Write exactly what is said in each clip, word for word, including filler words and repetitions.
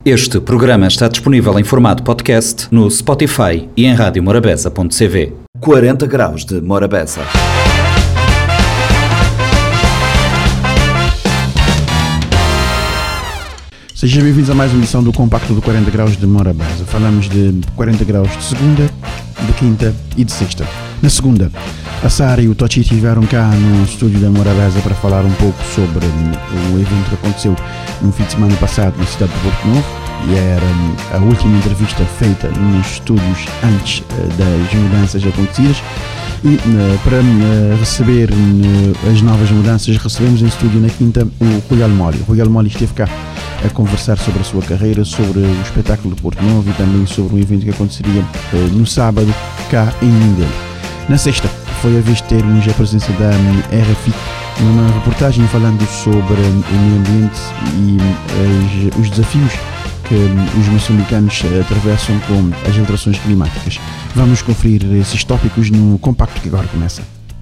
Este programa está disponível em formato podcast no Spotify e em rádio morabeza ponto c v. quarenta graus de Morabeza. Sejam bem-vindos a mais uma edição do Compacto do quarenta graus de Morabeza. Falamos de quarenta graus de segunda, de quinta e de sexta. Na segunda, a Sara e o Tochi estiveram cá no estúdio da Morabeza para falar um pouco sobre o evento que aconteceu no fim de semana passado na cidade de Porto Novo, e era a última entrevista feita nos estúdios antes das mudanças acontecidas. E para receber as novas mudanças, recebemos em estúdio na quinta o Rui Almoli. O Rui Almoli esteve cá a conversar sobre a sua carreira, sobre o espetáculo de Porto Novo e também sobre um evento que aconteceria no sábado cá em Mindelo. Na sexta foi a vez de termos a presença da R F I numa reportagem falando sobre o meio ambiente e as, os desafios que os moçambicanos atravessam com as alterações climáticas. Vamos conferir esses tópicos no compacto que agora começa.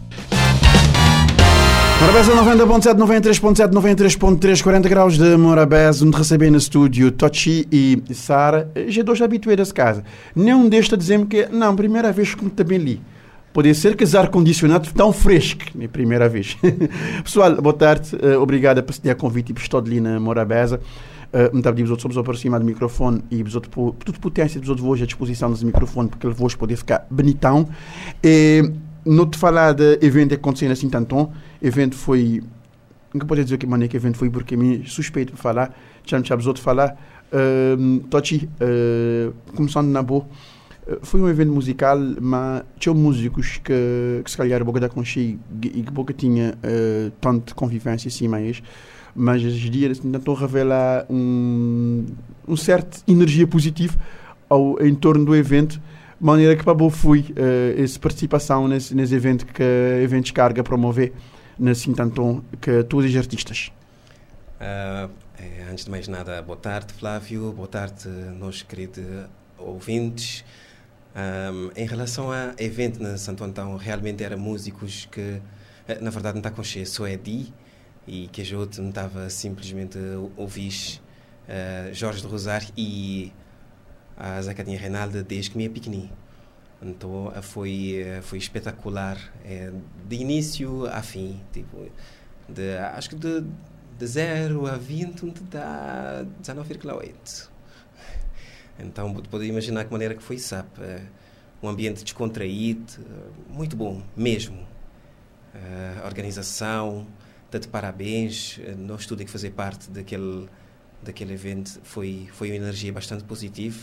Morabeza noventa ponto sete, noventa e três ponto sete, noventa e três ponto três, quarenta graus de Morabeza, onde recebi no estúdio Tochi e Sara. Já dois habituei dessa casa. Nenhum deste a dizer-me que, não, primeira vez que me também li. Pode ser que os ar-condicionado tão fresco, minha primeira vez. Pessoal, boa tarde, uh, obrigado por ter convite e por estar ali na Morabeza. Uh, muito obrigado, somos aproximar do microfone e por tudo potência dos outros à disposição desse microfone, porque ele voz poder ficar bonitão. E não te falar de evento que aconteceu assim tanto, evento foi, nunca pode dizer que maneira que evento foi, porque me suspeito de falar, já me os outros falar. Uh, Tochi, uh, começando na boa. Foi um evento musical, mas tinha músicos que, que se calhar a boca da conchê e que boca tinha uh, tanta convivência assim, mas, mas os dias tentou revelar um, um certo energia positiva ao, em torno do evento, de maneira que para boa fui uh, essa participação nesse, nesse evento que eventos carga promover nesse tanto que todos os artistas. Uh, é, antes de mais nada, boa tarde, Flávio, boa tarde, nós queridos ouvintes. Um, em relação a evento na Santo Antão, realmente eram músicos que, na verdade, não está com cheio, só é Di, e que a outra não estava simplesmente a ouvir uh, Jorge de Rosário e a Zacadinha Reinaldo desde que me é pequenininho. Então foi, foi espetacular, é, de início a fim, tipo, de, acho que de, de zero a vinte dá dezenove vírgula oito. Então, pode imaginar que maneira que foi, sabe? Uh, um ambiente descontraído, uh, muito bom, mesmo. Uh, a organização, dá-te parabéns. Uh, nós tudo que fazer parte daquele, daquele evento foi, foi uma energia bastante positiva.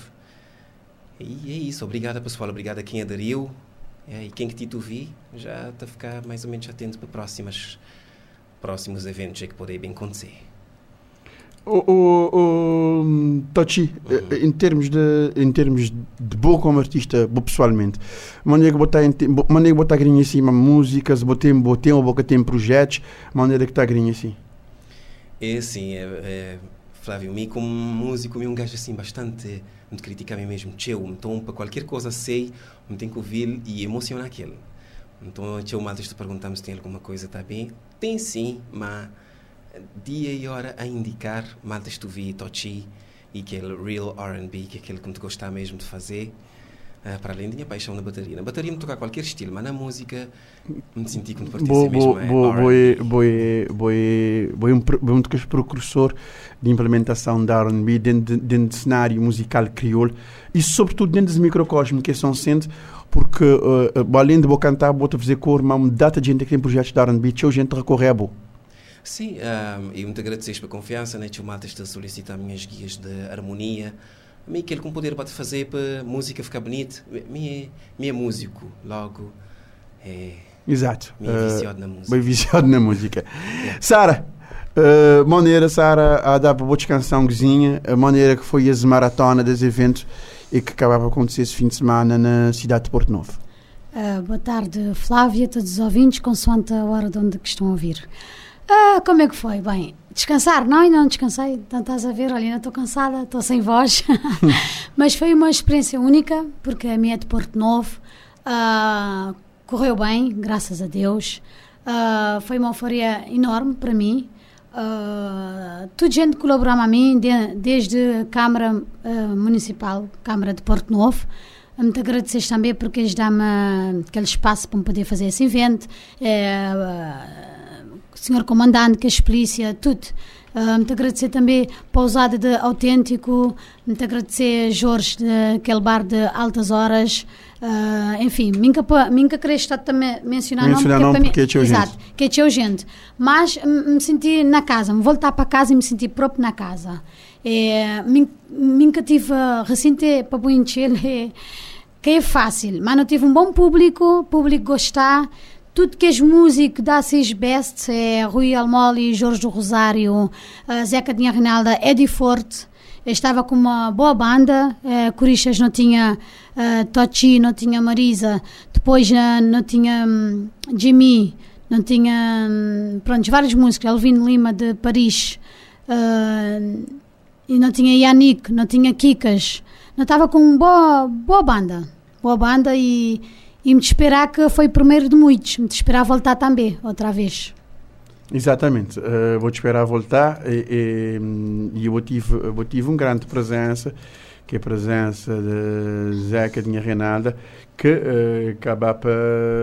E é isso. Obrigado, pessoal. Obrigado a quem aderiu. É, e quem que te ouvi, já está a ficar mais ou menos atento para próximas, próximos eventos que podem bem acontecer. O, o, o Tochi, uhum. em termos de em termos de boa como artista, boa pessoalmente, maneira que botar em maneira que botar grinha assim, músicas, botei botei ou boca tem projetos, maneira que está grinha assim. É assim, é, é, Flávio, mim como músico, me um gajo assim bastante, muito criticar a mim mesmo, tchau, então para qualquer coisa sei, me tenho que ouvir e emocionar aquele. Então, tchau, malta, te perguntamos se tem alguma coisa, tá bem? Tem sim, mas dia e hora a indicar, malta estuvi, Tochi e aquele real R and B, que é aquele que me gostar mesmo de fazer, uh, para além da minha paixão na bateria. Na bateria me tocar qualquer estilo, mas na música me senti que me pertence mesmo a R and B. Foi um precursor de implementação da R and B dentro, dentro do cenário musical crioulo e sobretudo dentro do microcosmo que é São Centro, porque uh, além de vou cantar, vou fazer cor, mas uma data de gente que tem projetos de R and B, tinha gente recorrer a boa. Sim, um, e muito agradeço pela confiança, né? O Malta está a solicitar minhas guias de harmonia, me aquele com poder pode fazer para a música ficar bonita, me é músico, logo é... Exato. Me é viciado uh, na música. Bem viciado na música. Yeah. Sara, uh, maneira, Sara, a dar para boa cançãozinha, a maneira que foi as maratona dos eventos e que acabava de acontecer esse fim de semana na cidade de Porto Novo. Uh, boa tarde, Flávia, todos os ouvintes, consoante a hora de onde que estão a ouvir. Ah, como é que foi? Bem, descansar? Não, ainda não descansei. Então estás a ver, olha, ainda estou cansada, estou sem voz. Mas foi uma experiência única, porque a minha é de Porto Novo. Uh, correu bem, graças a Deus. Uh, foi uma euforia enorme para mim. Uh, toda gente colaborou a mim, de, desde a Câmara uh, Municipal, Câmara de Porto Novo. Muito agradecer também porque eles dão-me aquele espaço para poder fazer esse evento. É, uh, o senhor Comandante, que é a polícia, tudo. Uh, muito agradecer também para a usada de Autêntico, muito agradecer a Jorge, daquele bar de altas horas. Uh, enfim, nunca, nunca queria estar também mencionar mencionar nome, não, porque, porque é mim, exato, que é teu gente. Mas me senti na casa, me voltar para casa e me senti próprio na casa. É, nunca tive recente para pôr encher, que é fácil, mas não tive um bom público, o público gostar. Tudo que as músicas da seis best é Rui Almoli, Jorge do Rosário, uh, Zeca Dinha Rinalda, Eddie Forte. Eu estava com uma boa banda, uh, Corixas não tinha uh, Tochi, não tinha Marisa, depois uh, não tinha um, Jimmy, não tinha, um, pronto, várias músicas, Alvin Lima de Paris, uh, e não tinha Yannick, não tinha Kikas, não estava com uma boa, boa banda, boa banda e... E me esperar que foi o primeiro de muitos. Me esperar voltar também, outra vez. Exatamente. Uh, vou-te esperar voltar. E, e, e eu tive, eu tive uma grande presença, que é a presença de Zeca Dinha Renalda, que uh, acaba para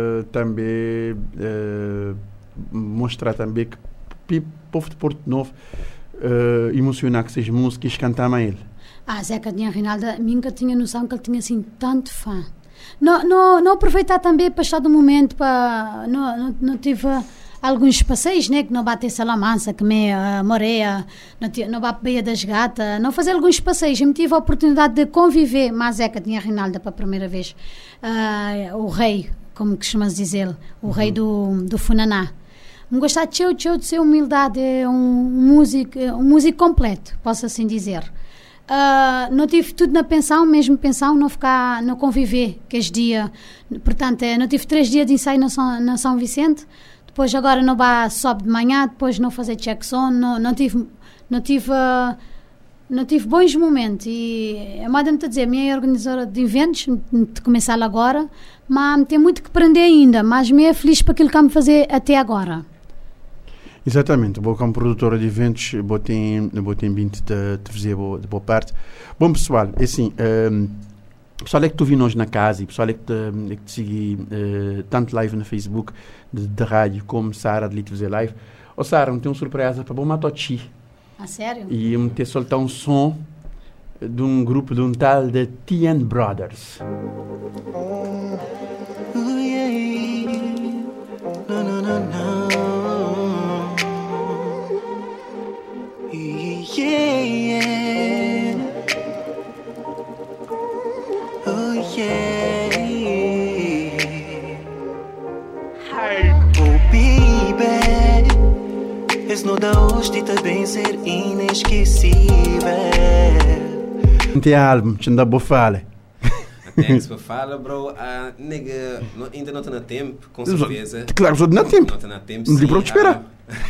também uh, mostrar também que o povo de Porto Novo uh, emocionar com essas músicas e cantar a ele. Ah, Zeca Dinha Renalda, nunca tinha noção que ele tinha assim tanto fã. Não, não, não aproveitar também para estar do momento, para, não, não, não tive alguns passeios, né, que não bate Salamanca, que me uh, Moreia, não, não bate Beia das Gatas, não fazer alguns passeios. Eu tive a oportunidade de conviver, mas Zeca Dinha Rinalda para a primeira vez, uh, o rei, como costumas dizer, o uhum. rei do, do Funaná. Me gostar de teu, teu, de ser humildade, é um músico, um músico completo, posso assim dizer. Uh, não tive tudo na pensão, mesmo pensão, não ficar, não conviver, que este dia, portanto, é, não tive três dias de ensaio na São, na São Vicente, depois agora não vá, sobe de manhã, depois não fazer check-on, não, não tive, não tive, uh, não tive bons momentos e a moda me está a dizer, a minha organizadora de eventos, de começar agora, mas tem muito que aprender ainda, mas me é feliz para aquilo que me fazer até agora. Exatamente, vou como produtora de eventos, vou ter vindo de fazer de boa parte. Bom pessoal, é assim, um, pessoal é que tu vi nós na casa e pessoal é que te, é que te segui uh, tanto live no Facebook, de, de rádio, como Sara de Lito fazer live. Ô Sara, me tem uma surpresa para bom Matochi. Ah, sério? E me ter soltar um som de um grupo de um tal de T N Brothers. Oh, yeah. No, no, no, no. Yeah, yeah. Oh, yeah. Oh, baby. Esse nó da hoje te também ser inesquecível. Não tem álbum, te dá boa fala. Até que se fala, bro, a nega ainda não está na tempo, com certeza. Claro, só não tempo. Não está na tempo, sim. Não para te esperar.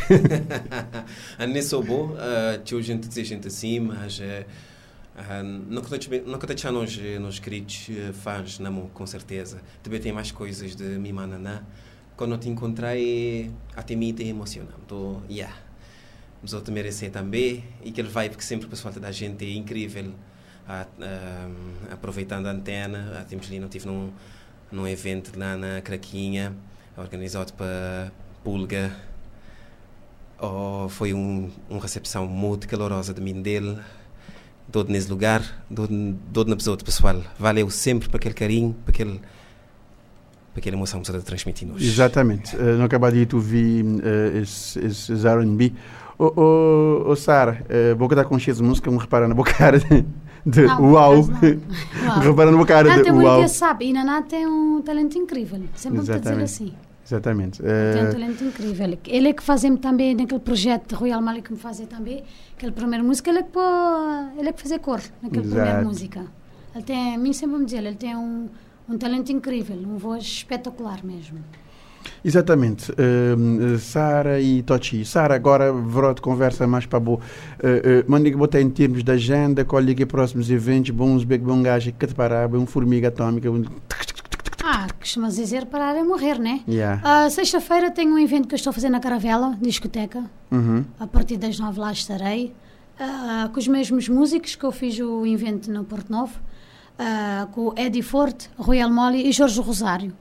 A nem sou bom, tinha gente dizer gente assim, mas não conta nos nos queridos fãs, não, com certeza. Também tem mais coisas de mim, mananá. Quando eu te encontrei, até mim te emocionou. Então, yeah. Mas eu te merecer também. E aquele vibe que sempre pessoal da gente é incrível. A, a, aproveitando a antena, há tempos ali não estive num, num evento lá na Craquinha, organizado para Pulga. Oh, foi um, uma recepção muito calorosa de mim dele, todo nesse lugar, todo, todo na pessoa do pessoal. Valeu sempre para aquele carinho, para, aquele, para aquela emoção que você transmitir nos. Exatamente. Uh, não acabei de tu vi uh, esses R and B. Ô, oh, oh, oh, Sara, uh, vou cantar com cheio de música, me repara na boca de, de não, uau. uau. Repara na boca de tem uau. Muito sabe, e Naná tem um talento incrível, sempre me dizer assim. Exatamente. Ele tem um talento incrível. Ele é que fazia também naquele projeto de Rui Almali que me fazia também, aquela primeira música, ele é que, pô, ele é que fazia cor naquela Exato. primeira música. Ele tem, a mim sempre me dizer, ele tem um, um talento incrível, uma voz espetacular mesmo. Exatamente. Uh, Sara e Tochi. Sara, agora verá de conversa mais para boa. Uh, uh, Manda que botar em termos de agenda, colhe aqui próximos eventos, bons bem bom gajo, que te parava, um formiga atômica, um Ah, costumas dizer parar é morrer, né? Yeah. Uh, sexta-feira tenho um evento que eu estou a fazer na Caravela, discoteca. Uhum. A partir das nove lá estarei. Uh, com os mesmos músicos que eu fiz o evento no Porto Novo. Uh, com o Eddie Forte, Rui Almoli e Jorge Rosário.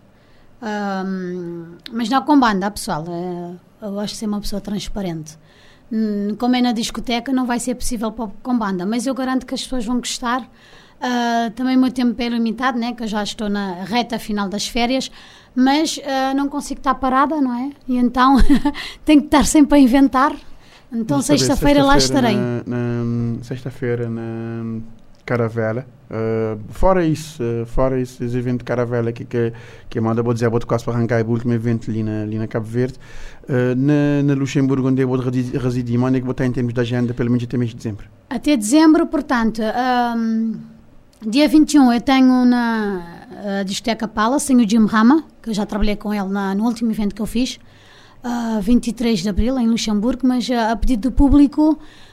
Uh, mas não com banda, pessoal. Uh, eu gosto de ser uma pessoa transparente. Uh, como é na discoteca, não vai ser possível para, com banda. Mas eu garanto que as pessoas vão gostar. Uh, também o meu tempo é limitado, né, que eu já estou na reta final das férias, mas uh, não consigo estar parada, não é? E então tenho que estar sempre a inventar. Então sexta-feira lá estarei. Na, na, sexta-feira na Caravela. Uh, fora isso, uh, fora isso, esse evento de Caravela que, que, que a moda vou dizer, vou quase para arrancar o último evento ali na, ali na Cabo Verde. Uh, na, na Luxemburgo, onde eu vou residir, onde é que vou estar em termos de agenda, pelo menos até mês de dezembro? Até dezembro, portanto... Um, dia vinte e um eu tenho na uh, discoteca Palace, tenho o Jim Rama, que eu já trabalhei com ele na, no último evento que eu fiz, uh, vinte e três de abril em Luxemburgo, mas uh, a pedido do público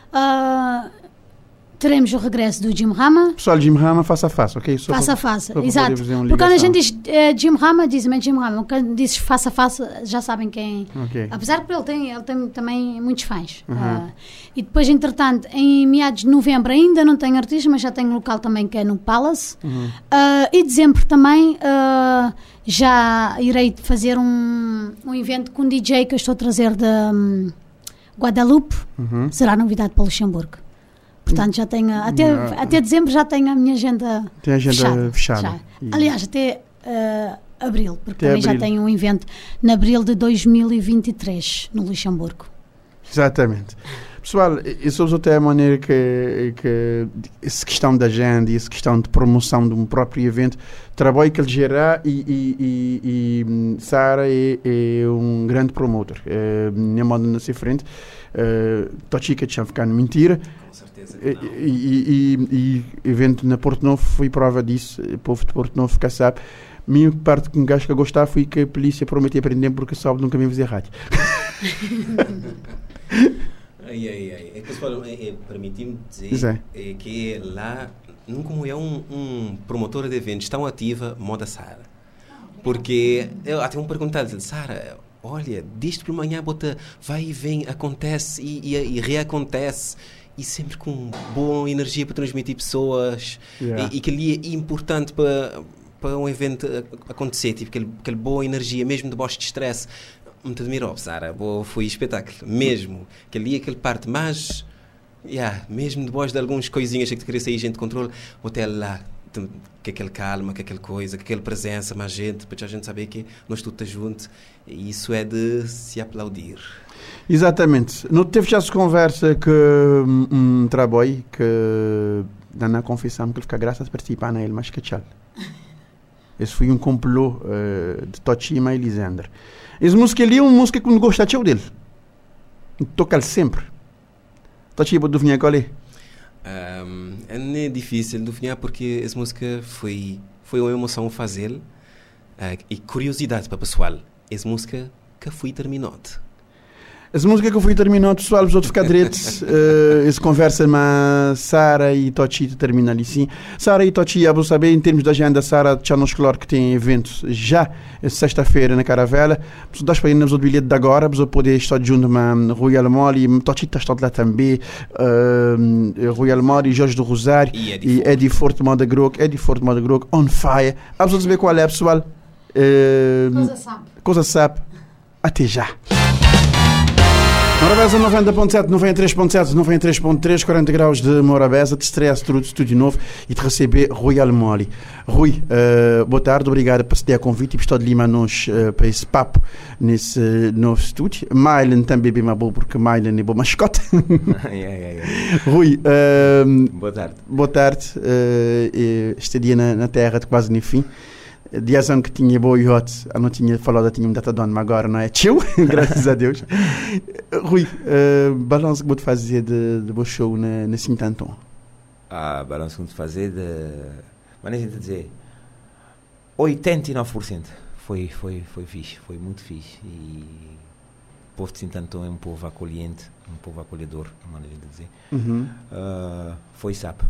uh, teremos o regresso do Jim Rama. Pessoal, Jim Rama face a face, ok? Só face a face, exato. Porque quando a gente diz uh, Jim Rama, dizem Jim Rama. Quando dizes face a face, já sabem quem. Okay. Apesar que ele tem, ele tem também muitos fãs. Uhum. Uh, e depois, entretanto, em meados de novembro ainda não tenho artista, mas já tenho um local também que é no Palace. Uhum. Uh, e dezembro também uh, já irei fazer um, um evento com um D J que eu estou a trazer de um, Guadalupe. Uhum. Será novidade para Luxemburgo. Portanto, já tenho, até, Não. até dezembro já tenho a minha agenda Tem a agenda fechada. fechada. E... Aliás, até uh, abril, porque até também abril. já tenho um evento em abril de dois mil e vinte e três no Luxemburgo. Exatamente. Pessoal, isso é até a maneira que, que essa questão da agenda e essa questão de promoção de um próprio evento, trabalho que ele gera e, e, e, e Sara é, é um grande promotor. É, minha moda na sua frente, estou chica de ficar mentira. E, e, e, e evento na Porto Novo foi prova disso. O povo de Porto Novo fica sabe. A minha parte que me gajo que eu gostava foi que a polícia prometia prender porque sabe nunca me fazer rádio. Ai, ai, ai. É que pessoal, é, é, permiti-me dizer é, que lá nunca é um, um promotor de eventos tão ativa moda Sara. Porque eu até me perguntava, Sara, olha, disto por manhã bota, vai e vem, acontece e, e, e reacontece. E sempre com boa energia para transmitir pessoas. Yeah. E, e que ali é importante para, para um evento acontecer. Tipo, aquele, aquele boa energia, mesmo de baixo de stress. Muito admirou, Sara. Foi espetáculo. Mesmo. Que ali é aquele parte mais... Yeah, mesmo depois de algumas coisinhas que te queria sair gente de controle, até lá, que aquele calma, que aquela coisa, que aquela presença, mais gente, para a gente saber que nós tudo estamos juntos. E isso é de se aplaudir. Exatamente. Não teve já essa conversa que um, um trabalho que na confissão que ele fica graças a participar nele, mas que tchau. Esse foi um complô uh, de Tochima e Lisandro. Essa música ali é uma música que me gosta de dele. Toca-lhe sempre. Tochima, vou adivinhar qual é? Um, é difícil de adivinhar porque essa música foi, foi uma emoção fazê-la uh, e curiosidade para o pessoal. Essa música que foi terminada. Essa música que eu fui terminar, pessoal, os outros ficar direito. uh, essa conversa, mas Sara e Tochi termina ali sim. Sara e Tochi, eu vou saber, em termos de agenda, Sara já nos claro que tem eventos já sexta-feira na Caravela. Dá para ir nos outros bilhetes de agora, para poder estar junto com Rui Almoli, Tochi está lá também, uh, Rui Almoli, Jorge do Rosário e Eddie, e Eddie Forte Moda Grok, Eddie Forte Moda Grok, On Fire. Vamos saber qual é, pessoal. Uh, Coisa sabe. Coisa sabe. Até já. Morabeza noventa ponto sete, noventa e três ponto sete, noventa e três ponto três, quarenta graus de Morabeza, de estreia tudo estúdio novo e de receber Rui Almoli. Rui, uh, boa tarde, obrigado por ceder a convite e por estar de Lima nos uh, para esse papo nesse uh, novo estúdio. Mylen também bem bom porque Mylen é boa mascote. yeah, yeah, yeah. Rui, uh, boa tarde. Boa tarde, uh, este dia na, na terra de quase nem fim. Diazão que tinha boa yacht, eu não tinha falado, tinha um datadão, mas agora não é tio, graças a Deus. Rui, uh, balanço que vou-te fazer de, de bom show na, na Sintanton? Ah, balanço que vou-te fazer de... Mas nem sei dizer... oitenta e nove por cento. Foi, foi, foi fixe, foi muito fixe. E o povo de Sintanton é um povo acolhente, um povo acolhedor, a maneira de dizer. Uhum. Uh, foi sapo.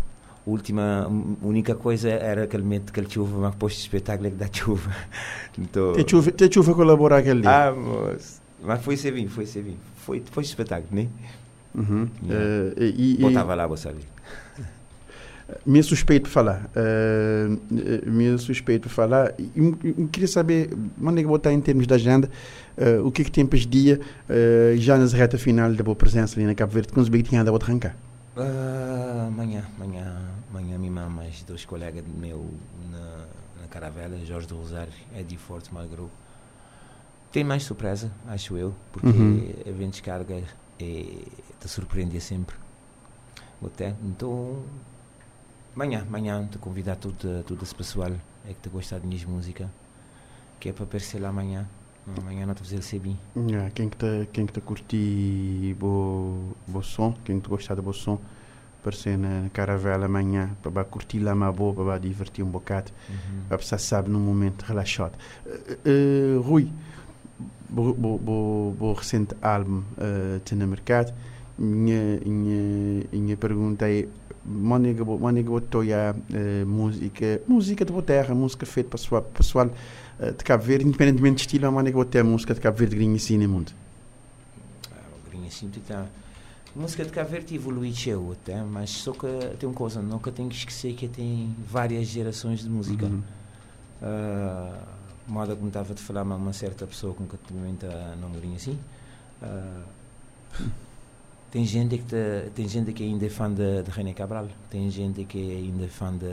A última, a única coisa era aquele momento que ele chuva, mas depois do espetáculo é que dá chuva. Então, Te chuva, te chuva colaborar aquele dia. ah, mas, mas foi ser bem, foi ser bem. Foi depois do espetáculo, né? Uhum. Yeah. Uh, e, Eu e, estava lá, você sabe. me suspeito de falar. Uh, me suspeito de falar. E, e, e queria saber, onde é que vou estar em termos de agenda, uh, o que é que tem para este dia, uh, já nas reta final da boa presença ali na Cabo Verde, com os bem tinha da outra arrancar. Uh, amanhã, amanhã, amanhã me mamam mais dois colegas meus na, na Caravela, Jorge do Rosário, Eddie Forte, Malgrou. Tem mais surpresa, acho eu, porque Uhum. eventos carga é, te surpreende sempre. Até, então, amanhã, amanhã te convidar todo, todo esse pessoal é que te gosta de minha música, que é para aparecer lá amanhã. Amanhã não te fazer ser bem. Yeah, quem que te, quem que te curti bo, bo som, quem te gostar do bo som, aparecer na Caravela amanhã, para curtir lá uma boa, para divertir um bocado, Uhum. para passar sabe num momento relaxado. Uh, uh, Rui, bo, bo, bo, bo recente álbum uh, tem no mercado. Minha, minha, minha pergunta é, onde é que eu estou a música, música de boa terra, música feita para pessoal, pessoal uh, de Cabo Verde, independentemente de estilo, onde é que eu estou a música de Cabo Verde, grinha assim no mundo? Ah, o grinho assim, tá. A música de Cabo Verde evoluiu até, mas só que tem uma coisa, nunca tenho que esquecer que tem várias gerações de música. Uhum. Uh, moda como estava a falar uma, uma certa pessoa com que também não grinho assim. Uh, tem gente que te, tem gente que ainda é fã de, de René Cabral, tem gente que ainda é fã de,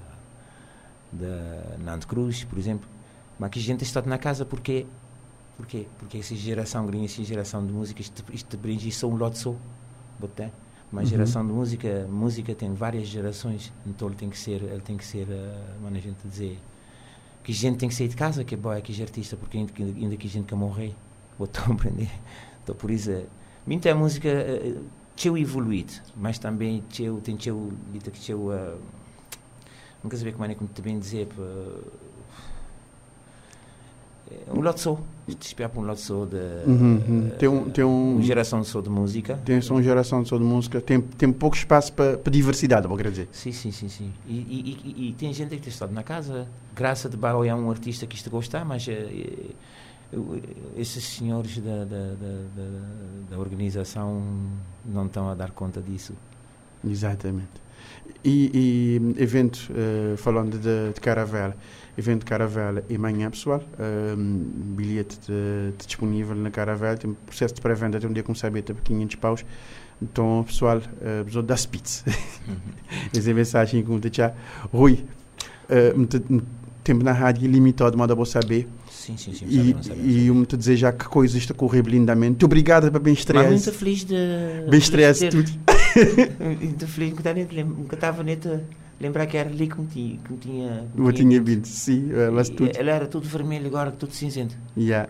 de Nando Cruz, por exemplo. Mas que gente está na casa porque Porquê? Porque essa geração gringa, essa geração de música, isto, isto bringe só um lote só. Boté. Uma Uhum. geração de música, música tem várias gerações, então ele tem que ser, ele tem que ser, uh, mano, a gente dizer, que a gente tem que sair de casa, que é boa, que é artista, porque ainda, ainda que a gente quer morrer, vou te compreender. Então por isso, uh, muita música, uh, teu evoluído, mas também teu, tem teu, dita que teu, uh, nunca saber como é que te bem dizer, uh, um lote só, te espera para um lote só de Uhum, uhum. Tem um, tem um, uma geração só de música. tem só uma geração só de música, tem, tem pouco espaço para para diversidade, vou querer dizer. Sim, sim, sim, sim. E, e, e, e tem gente que tem estado na casa, graça de Barro é um artista que isto gosta, mas eh, eh, esses senhores da, da, da, da, da organização não estão a dar conta disso. Exatamente. E, e evento, uh, falando de, de Caravela, evento de Caravela e amanhã, pessoal, um, bilhete de, de disponível na Caravela, tem um processo de pré-venda até um dia com sabeta por quinhentos paus, então, pessoal, uh, precisou das pizzas. Essa é a mensagem que eu te já. Rui, uh, tempo na rádio limitado, mas eu vou saber. Sim, sim, sim. E, sabe, e eu te desejar que coisas estão a correr lindamente. Muito obrigado para bem estrear. Mas muito feliz de... Bem estrear tudo. Muito feliz, nunca estava neto lembrar que era ali que me tinha... Que me tinha, eu tinha vindo, sim. Mas tudo. Ela era tudo vermelho, agora tudo cinzento. Yeah.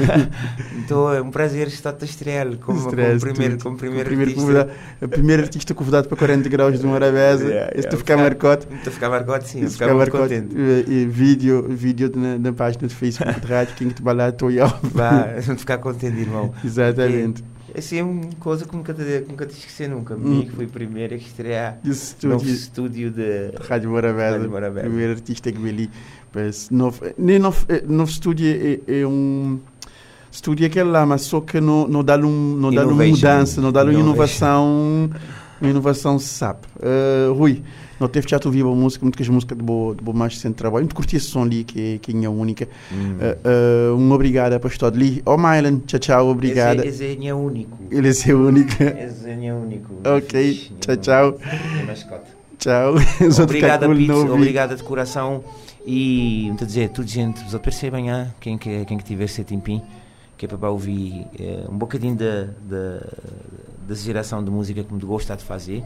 Então é um prazer estar a estrear como, como primeiro, como primeiro, primeiro artista. O primeiro artista convidado para quarenta graus de Morabeza. Yeah, Esse yeah, tu ficar marcado. Tu ficar marcado, sim. Esse Ficar muito contente. E, e vídeo, vídeo na, na página de Facebook de rádio, quem te balar, estou eu. Vá, ficar contente, irmão. Exatamente. E, assim é uma coisa que nunca te, nunca te esqueci nunca. Hum. Mim que foi primeiro a estrear no estúdio de, de Rádio Morabeza. Rádio Morabeza. Primeiro artista que vi ali. Mas, novo, nem novo, novo estúdio é, é um estúdio aquele lá, mas só que não, não dá um, não dá uma mudança, não dá uma inovação, uma inovação S A P. Uh, Rui, não teve já tu ouvir a música, muitas músicas de boa, de boa mais centro de trabalho, muito curti esse som ali, que, que é a única. Hum. Uh, uh, um obrigado para estar ali. Oh, Mylan, tchau, tchau, obrigada. Esse é o único. Ele é o único. Esse é o único. Ok, tchau, tchau. É mascote. Tchau. Obrigada, Pito, obrigada de coração. E, vou dizer, tudo gente, vos percebem, ah, quem que, quem que tiver esse tempinho, que é para ouvir é, um bocadinho da, da, da geração de música que me gosta de fazer.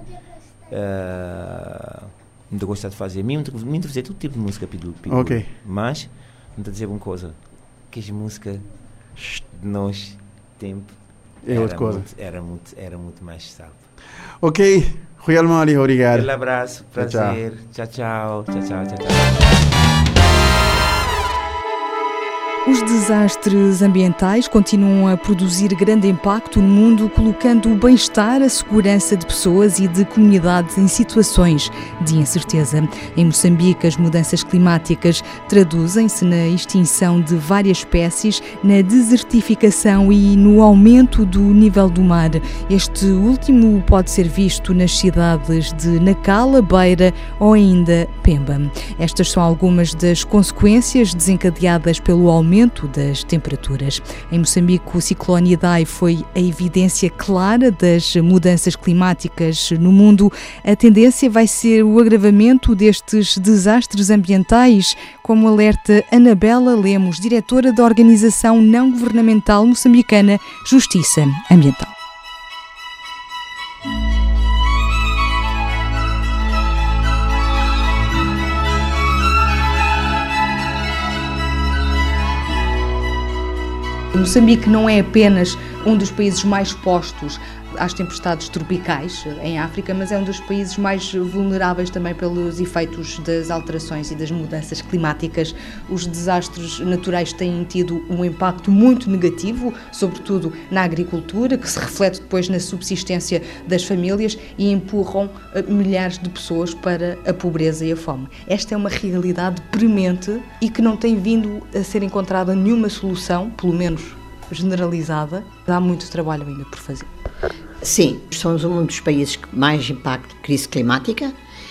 Uh, me gosta de fazer. Me me fazer todo tipo de música, Pidu. Ok. Mas, vou dizer uma coisa, que as músicas de nós, tempo, é era, outra coisa. Muito, era, muito, era muito mais sábio. Ok. Rui Almali, obrigado. Um abraço, prazer. Tchau, tchau. Tchau, tchau, tchau, tchau. Os desastres ambientais continuam a produzir grande impacto no mundo, colocando o bem-estar, a segurança de pessoas e de comunidades em situações de incerteza. Em Moçambique, as mudanças climáticas traduzem-se na extinção de várias espécies, na desertificação e no aumento do nível do mar. Este último pode ser visto nas cidades de Nacala, Beira ou ainda Pemba. Estas são algumas das consequências desencadeadas pelo aumento das temperaturas. Em Moçambique, o ciclone Idai foi a evidência clara das mudanças climáticas no mundo. A tendência vai ser o agravamento destes desastres ambientais, como alerta Anabela Lemos, diretora da organização não-governamental moçambicana Justiça Ambiental. Moçambique não é apenas um dos países mais expostos às tempestades tropicais em África, mas é um dos países mais vulneráveis também pelos efeitos das alterações e das mudanças climáticas. Os desastres naturais têm tido um impacto muito negativo, sobretudo na agricultura, que se reflete depois na subsistência das famílias e empurram milhares de pessoas para a pobreza e a fome. Esta é uma realidade premente e que não tem vindo a ser encontrada nenhuma solução, pelo menos generalizada. Há muito trabalho ainda por fazer. Sim, somos um dos países que mais impacta a crise climática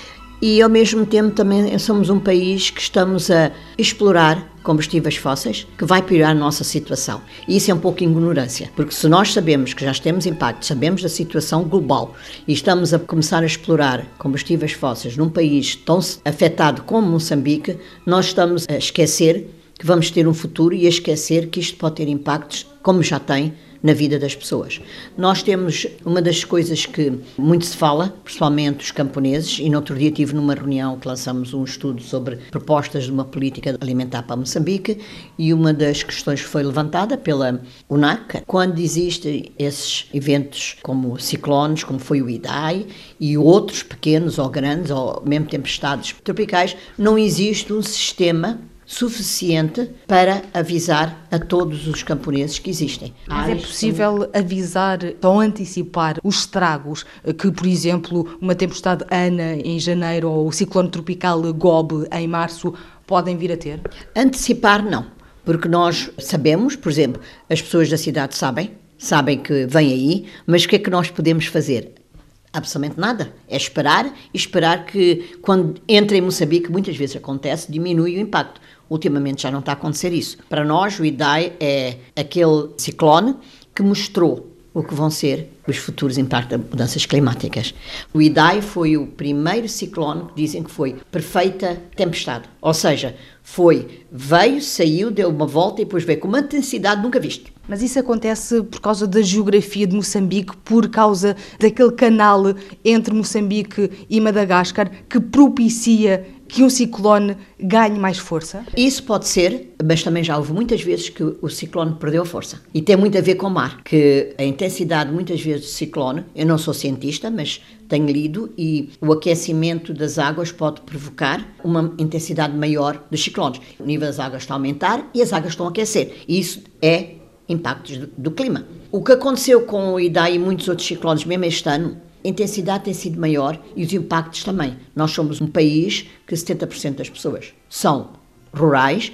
e, ao mesmo tempo, também somos um país que estamos a explorar combustíveis fósseis, que vai piorar a nossa situação. E isso é um pouco ignorância, porque se nós sabemos que já temos impacto, sabemos da situação global e estamos a começar a explorar combustíveis fósseis num país tão afetado como Moçambique, nós estamos a esquecer que vamos ter um futuro e a esquecer que isto pode ter impactos, como já tem, na vida das pessoas. Nós temos uma das coisas que muito se fala, principalmente os camponeses, e no outro dia estive numa reunião que lançamos um estudo sobre propostas de uma política alimentar para Moçambique, e uma das questões que foi levantada pela U N A C, quando existem esses eventos como ciclones, como foi o Idai, e outros pequenos ou grandes, ou ao mesmo tempestades tropicais, não existe um sistema suficiente para avisar a todos os camponeses que existem. Mas é possível avisar ou antecipar os estragos que, por exemplo, uma tempestade Ana em janeiro ou o ciclone tropical Gobe em março podem vir a ter? Antecipar não, porque nós sabemos, por exemplo, as pessoas da cidade sabem, sabem que vem aí, mas o que é que nós podemos fazer? Absolutamente nada. É esperar e esperar que, quando entra em Moçambique, muitas vezes acontece, diminui o impacto. Ultimamente já não está a acontecer isso. Para nós, o Idai é aquele ciclone que mostrou o que vão ser os futuros impactos das mudanças climáticas. O Idai foi o primeiro ciclone que dizem que foi perfeita tempestade. Ou seja, foi, veio, saiu, deu uma volta e depois veio com uma intensidade nunca vista. Mas isso acontece por causa da geografia de Moçambique, por causa daquele canal entre Moçambique e Madagascar que propicia que um ciclone ganhe mais força? Isso pode ser, mas também já houve muitas vezes que o ciclone perdeu a força. E tem muito a ver com o mar, que a intensidade muitas vezes do ciclone, eu não sou cientista, mas tenho lido, e o aquecimento das águas pode provocar uma intensidade maior dos ciclones. O nível das águas está a aumentar e as águas estão a aquecer. E isso é impactos do, do clima. O que aconteceu com o Idai e muitos outros ciclones, mesmo este ano, a intensidade tem sido maior e os impactos também. Nós somos um país que setenta por cento das pessoas são rurais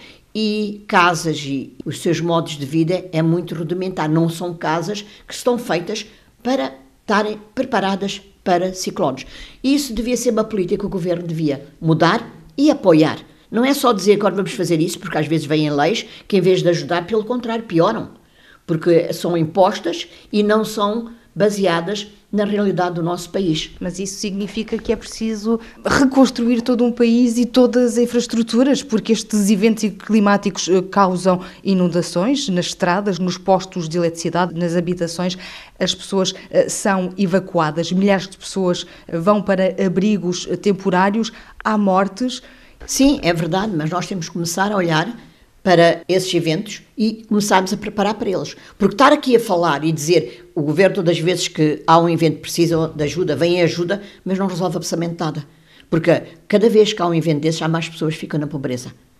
e casas e os seus modos de vida é muito rudimentar. Não são casas que estão feitas para estarem preparadas para ciclones. E isso devia ser uma política que o governo devia mudar e apoiar. Não é só dizer que agora vamos fazer isso, porque às vezes vêm leis que, em vez de ajudar, pelo contrário, pioram. Porque são impostas e não são baseadas na realidade do nosso país. Mas isso significa que é preciso reconstruir todo um país e todas as infraestruturas, porque estes eventos climáticos causam inundações nas estradas, nos postos de eletricidade, nas habitações. As pessoas são evacuadas, milhares de pessoas vão para abrigos temporários, há mortes. Sim, é verdade, mas nós temos que começar a olhar para esses eventos e começarmos a preparar para eles. Porque estar aqui a falar e dizer o governo todas as vezes que há um evento que precisa de ajuda, vem em ajuda, mas não resolve absolutamente nada. Porque cada vez que há um evento desses, há mais pessoas que ficam na pobreza.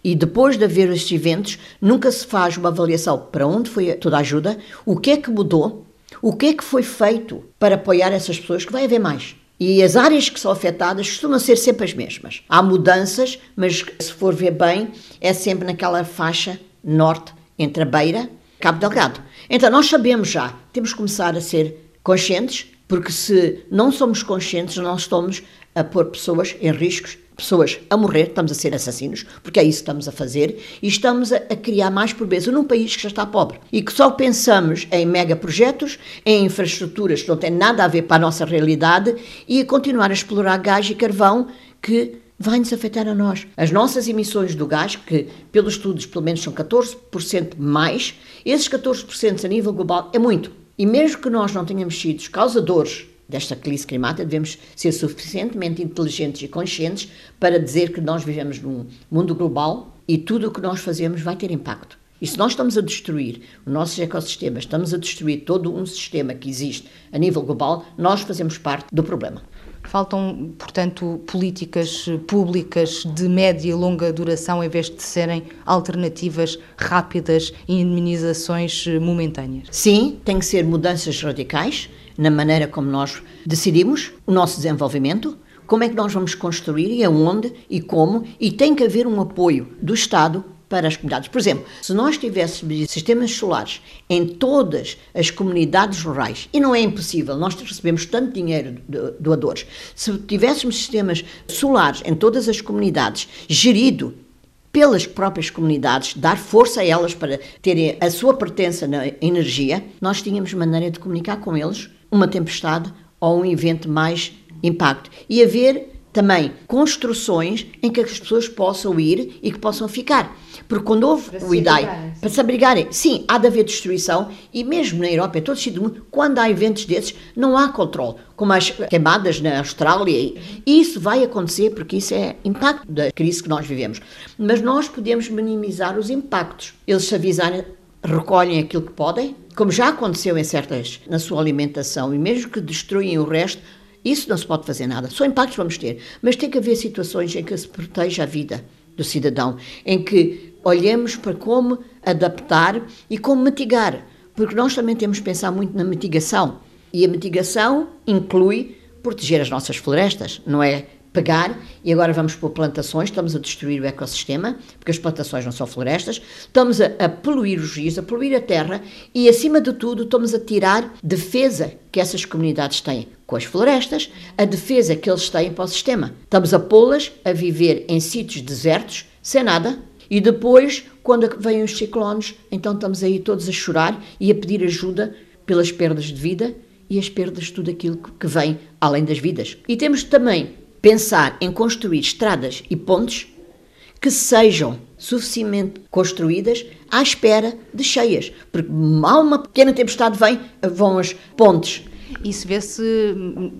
E depois de haver estes eventos, nunca se faz uma avaliação para onde foi toda a ajuda, o que é que mudou, o que é que foi feito para apoiar essas pessoas, que vai haver mais. E as áreas que são afetadas costumam ser sempre as mesmas. Há mudanças, mas se for ver bem, é sempre naquela faixa norte, entre a Beira e Cabo Delgado. Então nós sabemos já, temos que começar a ser conscientes, porque se não somos conscientes, nós estamos a pôr pessoas em riscos, pessoas a morrer, estamos a ser assassinos, porque é isso que estamos a fazer, e estamos a, a criar mais pobreza num país que já está pobre. E que só pensamos em megaprojetos, em infraestruturas que não têm nada a ver para a nossa realidade, e a continuar a explorar gás e carvão que vai-nos afetar a nós. As nossas emissões do gás, que pelos estudos pelo menos são catorze por cento mais, esses catorze por cento a nível global é muito. E mesmo que nós não tenhamos sido os causadores desta crise climática, devemos ser suficientemente inteligentes e conscientes para dizer que nós vivemos num mundo global e tudo o que nós fazemos vai ter impacto. E se nós estamos a destruir os nossos ecossistemas, estamos a destruir todo um sistema que existe a nível global, nós fazemos parte do problema. Faltam, portanto, políticas públicas de média e longa duração em vez de serem alternativas rápidas e indemnizações momentâneas? Sim, tem que ser mudanças radicais na maneira como nós decidimos o nosso desenvolvimento, como é que nós vamos construir e aonde e como, e tem que haver um apoio do Estado para as comunidades. Por exemplo, se nós tivéssemos sistemas solares em todas as comunidades rurais, e não é impossível, nós recebemos tanto dinheiro de doadores, se tivéssemos sistemas solares em todas as comunidades, gerido pelas próprias comunidades, dar força a elas para terem a sua pertença na energia, nós tínhamos maneira de comunicar com eles uma tempestade ou um evento mais impacto. E haver também construções em que as pessoas possam ir e que possam ficar. Porque quando houve para o I D A I, para se abrigarem, sim, há de haver destruição, e mesmo na Europa, em todo o sítio do mundo, quando há eventos desses, não há controle, como as queimadas na Austrália, e isso vai acontecer porque isso é impacto da crise que nós vivemos. Mas nós podemos minimizar os impactos. Eles se avisarem, recolhem aquilo que podem, como já aconteceu em certas, na sua alimentação, e mesmo que destruem o resto, isso não se pode fazer nada, só impactos vamos ter, mas tem que haver situações em que se proteja a vida do cidadão, em que olhemos para como adaptar e como mitigar, porque nós também temos que pensar muito na mitigação, e a mitigação inclui proteger as nossas florestas, não é pegar e agora vamos pôr plantações, estamos a destruir o ecossistema, porque as plantações não são florestas, estamos a, a poluir os rios, a poluir a terra e, acima de tudo, estamos a tirar defesa que essas comunidades têm com as florestas, a defesa que eles têm para o sistema. Estamos a pô-las a viver em sítios desertos, sem nada, e depois, quando vêm os ciclones, então estamos aí todos a chorar e a pedir ajuda pelas perdas de vida e as perdas de tudo aquilo que vem além das vidas. E temos também pensar em construir estradas e pontes que sejam suficientemente construídas à espera de cheias, porque mal uma pequena tempestade vem, vão as pontes. Isso vê-se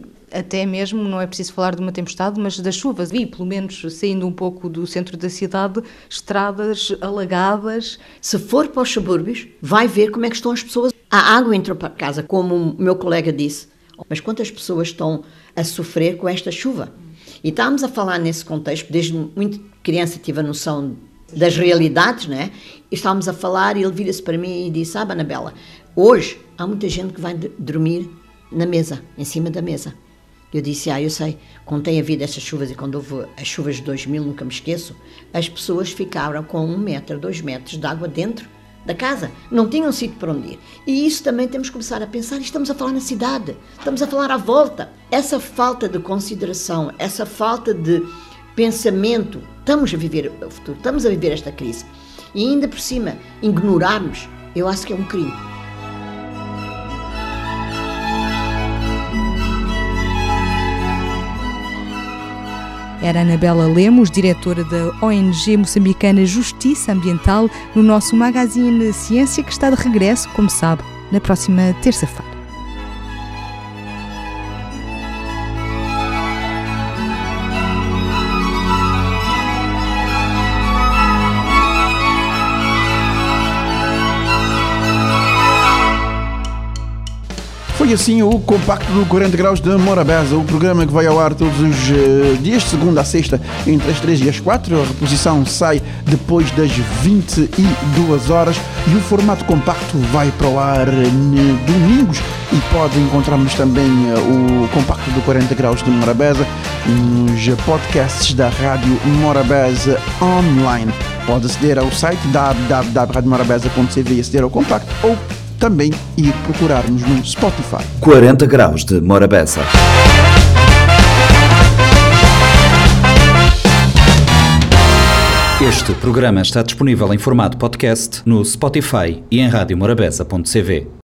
até mesmo, não é preciso falar de uma tempestade, mas das chuvas. Vi, pelo menos, saindo um pouco do centro da cidade, estradas alagadas. Se for para os subúrbios, vai ver como é que estão as pessoas. A água entrou para casa, como o meu colega disse, mas quantas pessoas estão a sofrer com esta chuva? E estávamos a falar nesse contexto, desde muito criança tive a noção das realidades, não é? E estávamos a falar e ele vira-se para mim e disse: ah, Anabela, hoje há muita gente que vai dormir na mesa, em cima da mesa. Eu disse: ah, eu sei, quando tem havido estas chuvas e quando houve as chuvas de dois mil, nunca me esqueço, as pessoas ficaram com um metro, dois metros de água dentro da casa, não tinham sítio para onde ir. E isso também temos que começar a pensar, e estamos a falar na cidade, estamos a falar à volta. Essa falta de consideração, essa falta de pensamento, estamos a viver o futuro, estamos a viver esta crise. E ainda por cima, ignorarmos, eu acho que é um crime. Era Anabela Lemos, diretora da O N G moçambicana Justiça Ambiental, no nosso magazine Ciência, que está de regresso, como sabe, na próxima terça-feira. Foi foi assim o compacto do quarenta graus de Morabeza, o programa que vai ao ar todos os uh, dias, de segunda a sexta, entre as três e as quatro. A reposição sai depois das vinte e duas horas e o formato compacto vai para o ar uh, domingos, e pode encontrarmos também uh, o compacto do quarenta graus de Morabeza nos podcasts da Rádio Morabeza online. Pode aceder ao site w w w ponto rádio morabeza ponto c v e aceder ao compacto, ou também ir procurar-nos no Spotify. quarenta graus de Morabeza. Este programa está disponível em formato podcast no Spotify e em rádio morabeza ponto c v.